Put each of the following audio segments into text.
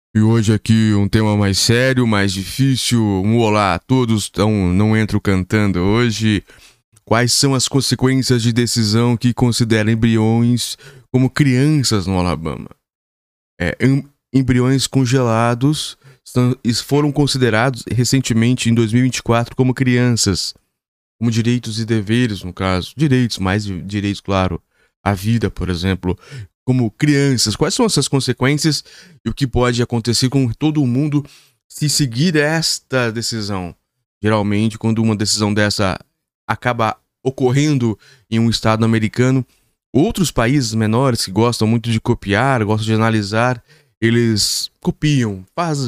E hoje aqui um tema mais sério, mais difícil. Um olá a todos, então não entro cantando hoje. Quais são as consequências de decisão que considera embriões como crianças no Alabama? Embriões congelados foram considerados recentemente, em 2024, como crianças, como direitos e deveres, no caso. Direitos, mais direitos, claro. A vida, por exemplo, como crianças. Quais são essas consequências e o que pode acontecer com todo mundo se seguir esta decisão? Geralmente, quando uma decisão dessa acaba ocorrendo em um estado americano, outros países menores que gostam muito de copiar, gostam de analisar, eles copiam,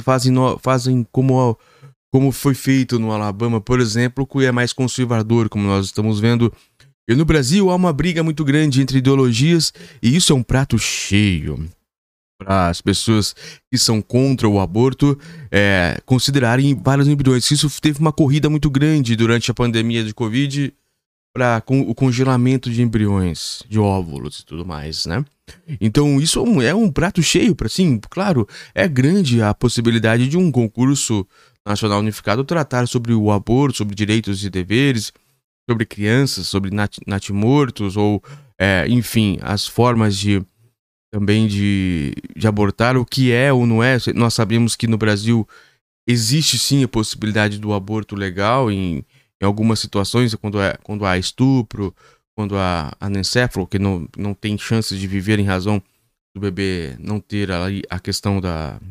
fazem como foi feito no Alabama, por exemplo, que é mais conservador, como nós estamos vendo. E no Brasil há uma briga muito grande entre ideologias e isso é um prato cheio para as pessoas que são contra o aborto considerarem vários embriões. Isso teve uma corrida muito grande durante a pandemia de Covid para o congelamento de embriões, de óvulos e tudo mais, né? Então isso é um prato cheio para, sim, claro, é grande a possibilidade de um concurso nacional unificado tratar sobre o aborto, sobre direitos e deveres, sobre crianças, sobre natimortos, ou, enfim, as formas também de abortar, o que é ou não é. Nós sabemos que no Brasil existe sim a possibilidade do aborto legal em algumas situações, quando há estupro, quando há anencefalo, que não tem chances de viver em razão do bebê não ter ali a questão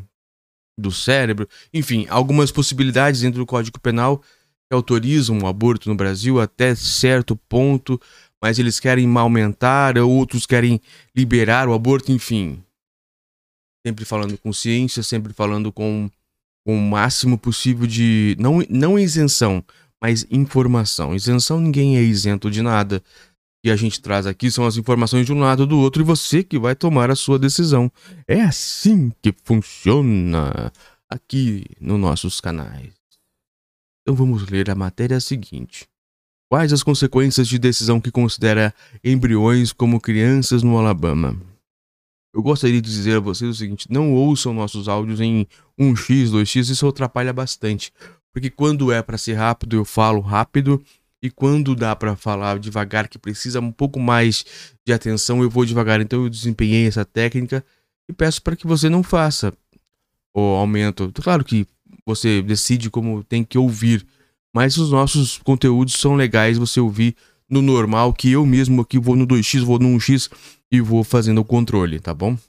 do cérebro. Enfim, algumas possibilidades dentro do Código Penal que autorizam o aborto no Brasil até certo ponto, mas eles querem aumentar, outros querem liberar o aborto, enfim. Sempre falando com ciência, sempre falando com o máximo possível de... Não isenção, mas informação. Isenção, ninguém é isento de nada. O que a gente traz aqui são as informações de um lado ou do outro e você que vai tomar a sua decisão. É assim que funciona aqui nos nossos canais. Então vamos ler a matéria seguinte. Quais as consequências de decisão que considera embriões como crianças no Alabama? Eu gostaria de dizer a vocês o seguinte: não ouçam nossos áudios em 1x, 2x, isso atrapalha bastante. Porque quando é para ser rápido, eu falo rápido. E quando dá para falar devagar, que precisa um pouco mais de atenção, eu vou devagar. Então eu desempenhei essa técnica e peço para que você não faça o aumento. Claro que você decide como tem que ouvir, mas os nossos conteúdos são legais você ouvir no normal, que eu mesmo aqui vou no 2x, vou no 1x e vou fazendo o controle, tá bom?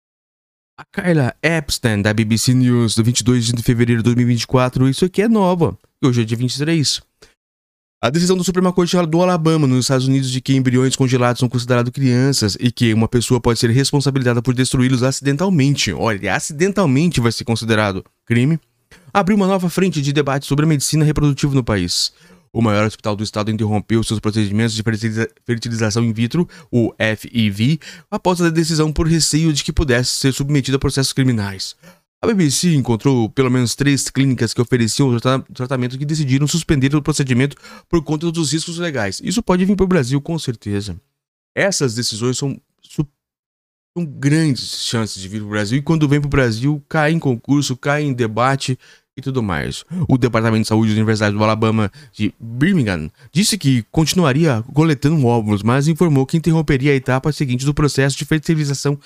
A Kayla Epstein, da BBC News, do 22 de fevereiro de 2024, isso aqui é nova, hoje é dia 23. A decisão do Suprema Corte do Alabama, nos Estados Unidos, de que embriões congelados são considerados crianças e que uma pessoa pode ser responsabilizada por destruí-los acidentalmente, olha, acidentalmente vai ser considerado crime, abriu uma nova frente de debate sobre a medicina reprodutiva no país. O maior hospital do estado interrompeu seus procedimentos de fertilização in vitro, o FIV, após a decisão por receio de que pudesse ser submetido a processos criminais. A BBC encontrou pelo menos 3 clínicas que ofereciam o tratamento que decidiram suspender o procedimento por conta dos riscos legais. Isso pode vir para o Brasil, com certeza. Essas decisões são grandes chances de vir para o Brasil, e quando vem para o Brasil, cai em concurso, cai em debate e tudo mais. O Departamento de Saúde da Universidade do Alabama de Birmingham disse que continuaria coletando óvulos, mas informou que interromperia a etapa seguinte do processo de fertilização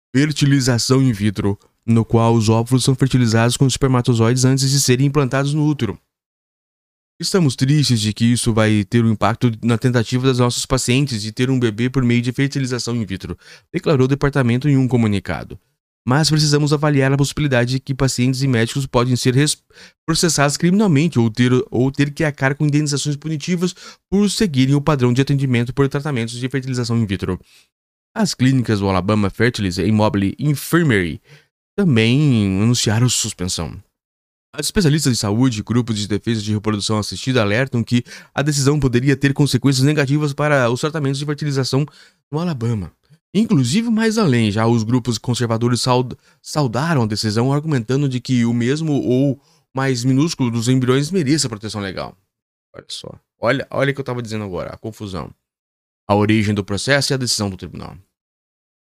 in vitro, no qual os óvulos são fertilizados com espermatozoides antes de serem implantados no útero. Estamos tristes de que isso vai ter um impacto na tentativa dos nossos pacientes de ter um bebê por meio de fertilização in vitro, declarou o departamento em um comunicado. Mas precisamos avaliar a possibilidade de que pacientes e médicos podem ser processados criminalmente ou ter que arcar com indenizações punitivas por seguirem o padrão de atendimento por tratamentos de fertilização in vitro. As clínicas do Alabama Fertility and Mobile Infirmary também anunciaram suspensão. As especialistas de saúde e grupos de defesa de reprodução assistida alertam que a decisão poderia ter consequências negativas para os tratamentos de fertilização no Alabama. Inclusive, mais além, já os grupos conservadores saudaram a decisão, argumentando de que o mesmo ou mais minúsculo dos embriões mereça proteção legal. Olha só. Olha o que eu estava dizendo agora, a confusão. A origem do processo e a decisão do tribunal.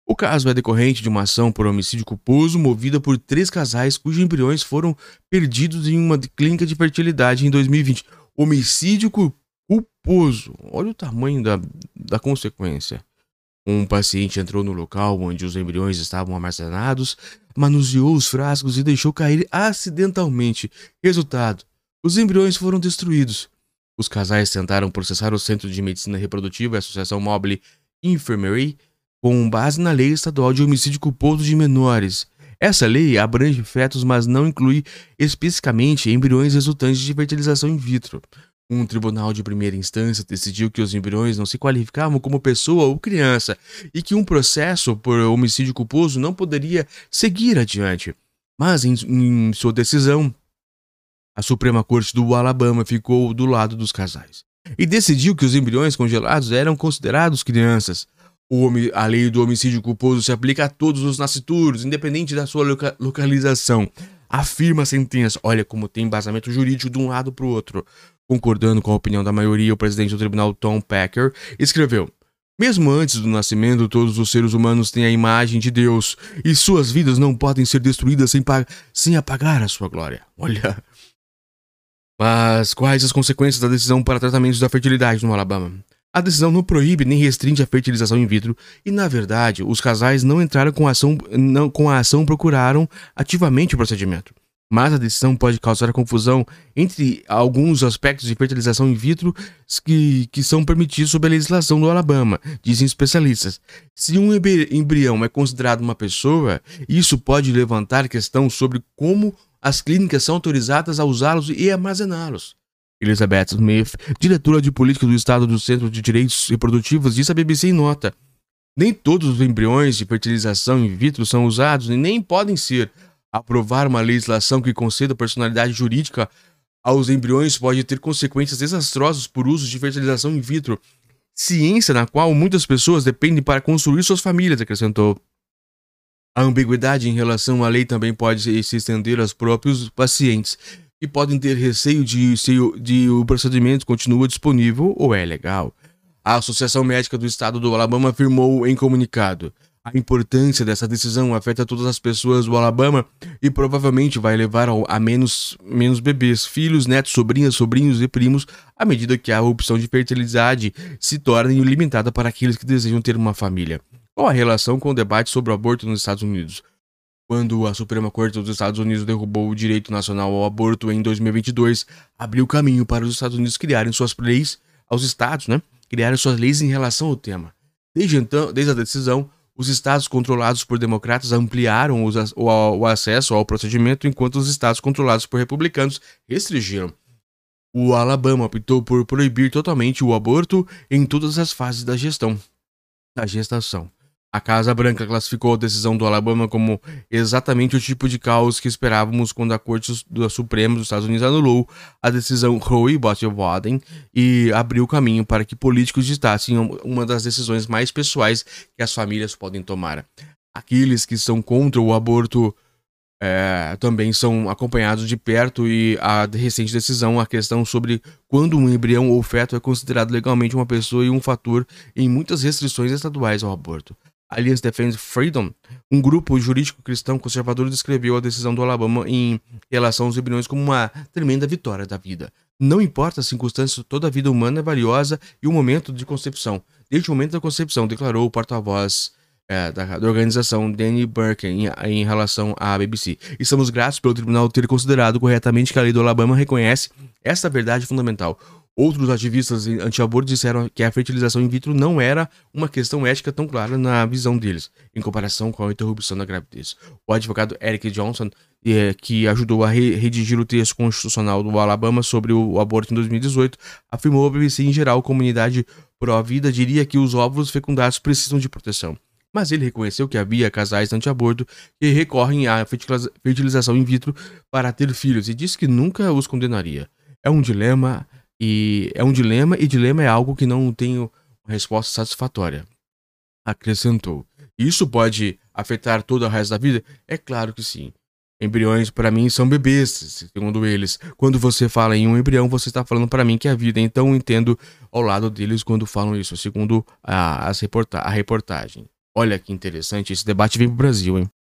O caso é decorrente de uma ação por homicídio culposo movida por 3 casais cujos embriões foram perdidos em uma clínica de fertilidade em 2020. Homicídio culposo. Olha o tamanho da consequência. Um paciente entrou no local onde os embriões estavam armazenados, manuseou os frascos e deixou cair acidentalmente. Resultado: os embriões foram destruídos. Os casais tentaram processar o Centro de Medicina Reprodutiva e a Associação Mobile Infirmary com base na Lei Estadual de Homicídio Culposo de Menores. Essa lei abrange fetos, mas não inclui especificamente embriões resultantes de fertilização in vitro. Um tribunal de primeira instância decidiu que os embriões não se qualificavam como pessoa ou criança e que um processo por homicídio culposo não poderia seguir adiante. Mas, em sua decisão, a Suprema Corte do Alabama ficou do lado dos casais e decidiu que os embriões congelados eram considerados crianças. A lei do homicídio culposo se aplica a todos os nascituros, independente da sua localização. Afirma a sentença. Olha como tem embasamento jurídico de um lado para o outro. Concordando com a opinião da maioria, o presidente do tribunal, Tom Packer, escreveu: mesmo antes do nascimento, todos os seres humanos têm a imagem de Deus e suas vidas não podem ser destruídas sem apagar a sua glória. Olha. Mas quais as consequências da decisão para tratamentos da fertilidade no Alabama? A decisão não proíbe nem restringe a fertilização in vitro e, na verdade, os casais não entraram com a ação procuraram ativamente o procedimento. Mas a decisão pode causar confusão entre alguns aspectos de fertilização in vitro que são permitidos sob a legislação do Alabama, dizem especialistas. Se um embrião é considerado uma pessoa, isso pode levantar questão sobre como as clínicas são autorizadas a usá-los e armazená-los. Elizabeth Smith, diretora de política do Estado do Centro de Direitos Reprodutivos, disse à BBC em nota: nem todos os embriões de fertilização in vitro são usados e nem podem ser. Aprovar uma legislação que conceda personalidade jurídica aos embriões pode ter consequências desastrosas por uso de fertilização in vitro, ciência na qual muitas pessoas dependem para construir suas famílias, acrescentou. A ambiguidade em relação à lei também pode se estender aos próprios pacientes, que podem ter receio de o procedimento continua disponível ou é legal. A Associação Médica do Estado do Alabama afirmou em comunicado: a importância dessa decisão afeta todas as pessoas do Alabama e provavelmente vai levar a menos bebês, filhos, netos, sobrinhas, sobrinhos e primos à medida que a opção de fertilidade se torne limitada para aqueles que desejam ter uma família. Qual a relação com o debate sobre o aborto nos Estados Unidos? Quando a Suprema Corte dos Estados Unidos derrubou o direito nacional ao aborto em 2022, abriu caminho para os Estados Unidos criarem suas leis, aos estados, criarem suas leis em relação ao tema. Desde a decisão, os estados controlados por democratas ampliaram o acesso ao procedimento, enquanto os estados controlados por republicanos restringiram. O Alabama optou por proibir totalmente o aborto em todas as fases da gestação. A Casa Branca classificou a decisão do Alabama como exatamente o tipo de caos que esperávamos quando a Corte Suprema dos Estados Unidos anulou a decisão Roe v. Wade e abriu caminho para que políticos ditassem uma das decisões mais pessoais que as famílias podem tomar. Aqueles que são contra o aborto também são acompanhados de perto e a recente decisão, a questão sobre quando um embrião ou feto é considerado legalmente uma pessoa e um fator em muitas restrições estaduais ao aborto. Alliance Defense Freedom, um grupo jurídico cristão conservador, descreveu a decisão do Alabama em relação aos embriões como uma tremenda vitória da vida. Não importa as circunstâncias, toda a vida humana é valiosa e o momento de concepção. Desde o momento da concepção, declarou o porta-voz da organização Danny Burke em relação à BBC. Estamos gratos pelo tribunal ter considerado corretamente que a lei do Alabama reconhece esta verdade fundamental. Outros ativistas anti-aborto disseram que a fertilização in vitro não era uma questão ética tão clara na visão deles, em comparação com a interrupção da gravidez. O advogado Eric Johnson, que ajudou a redigir o texto constitucional do Alabama sobre o aborto em 2018, afirmou à BBC em geral a comunidade pró-vida diria que os óvulos fecundados precisam de proteção. Mas ele reconheceu que havia casais anti-aborto que recorrem à fertilização in vitro para ter filhos e disse que nunca os condenaria. É um dilema e dilema é algo que não tem uma resposta satisfatória. Acrescentou. Isso pode afetar todo o resto da vida? É claro que sim. Embriões para mim são bebês, segundo eles. Quando você fala em um embrião, você está falando para mim que é a vida. Então eu entendo ao lado deles quando falam isso, segundo a reportagem. Olha que interessante, esse debate vem pro Brasil, hein?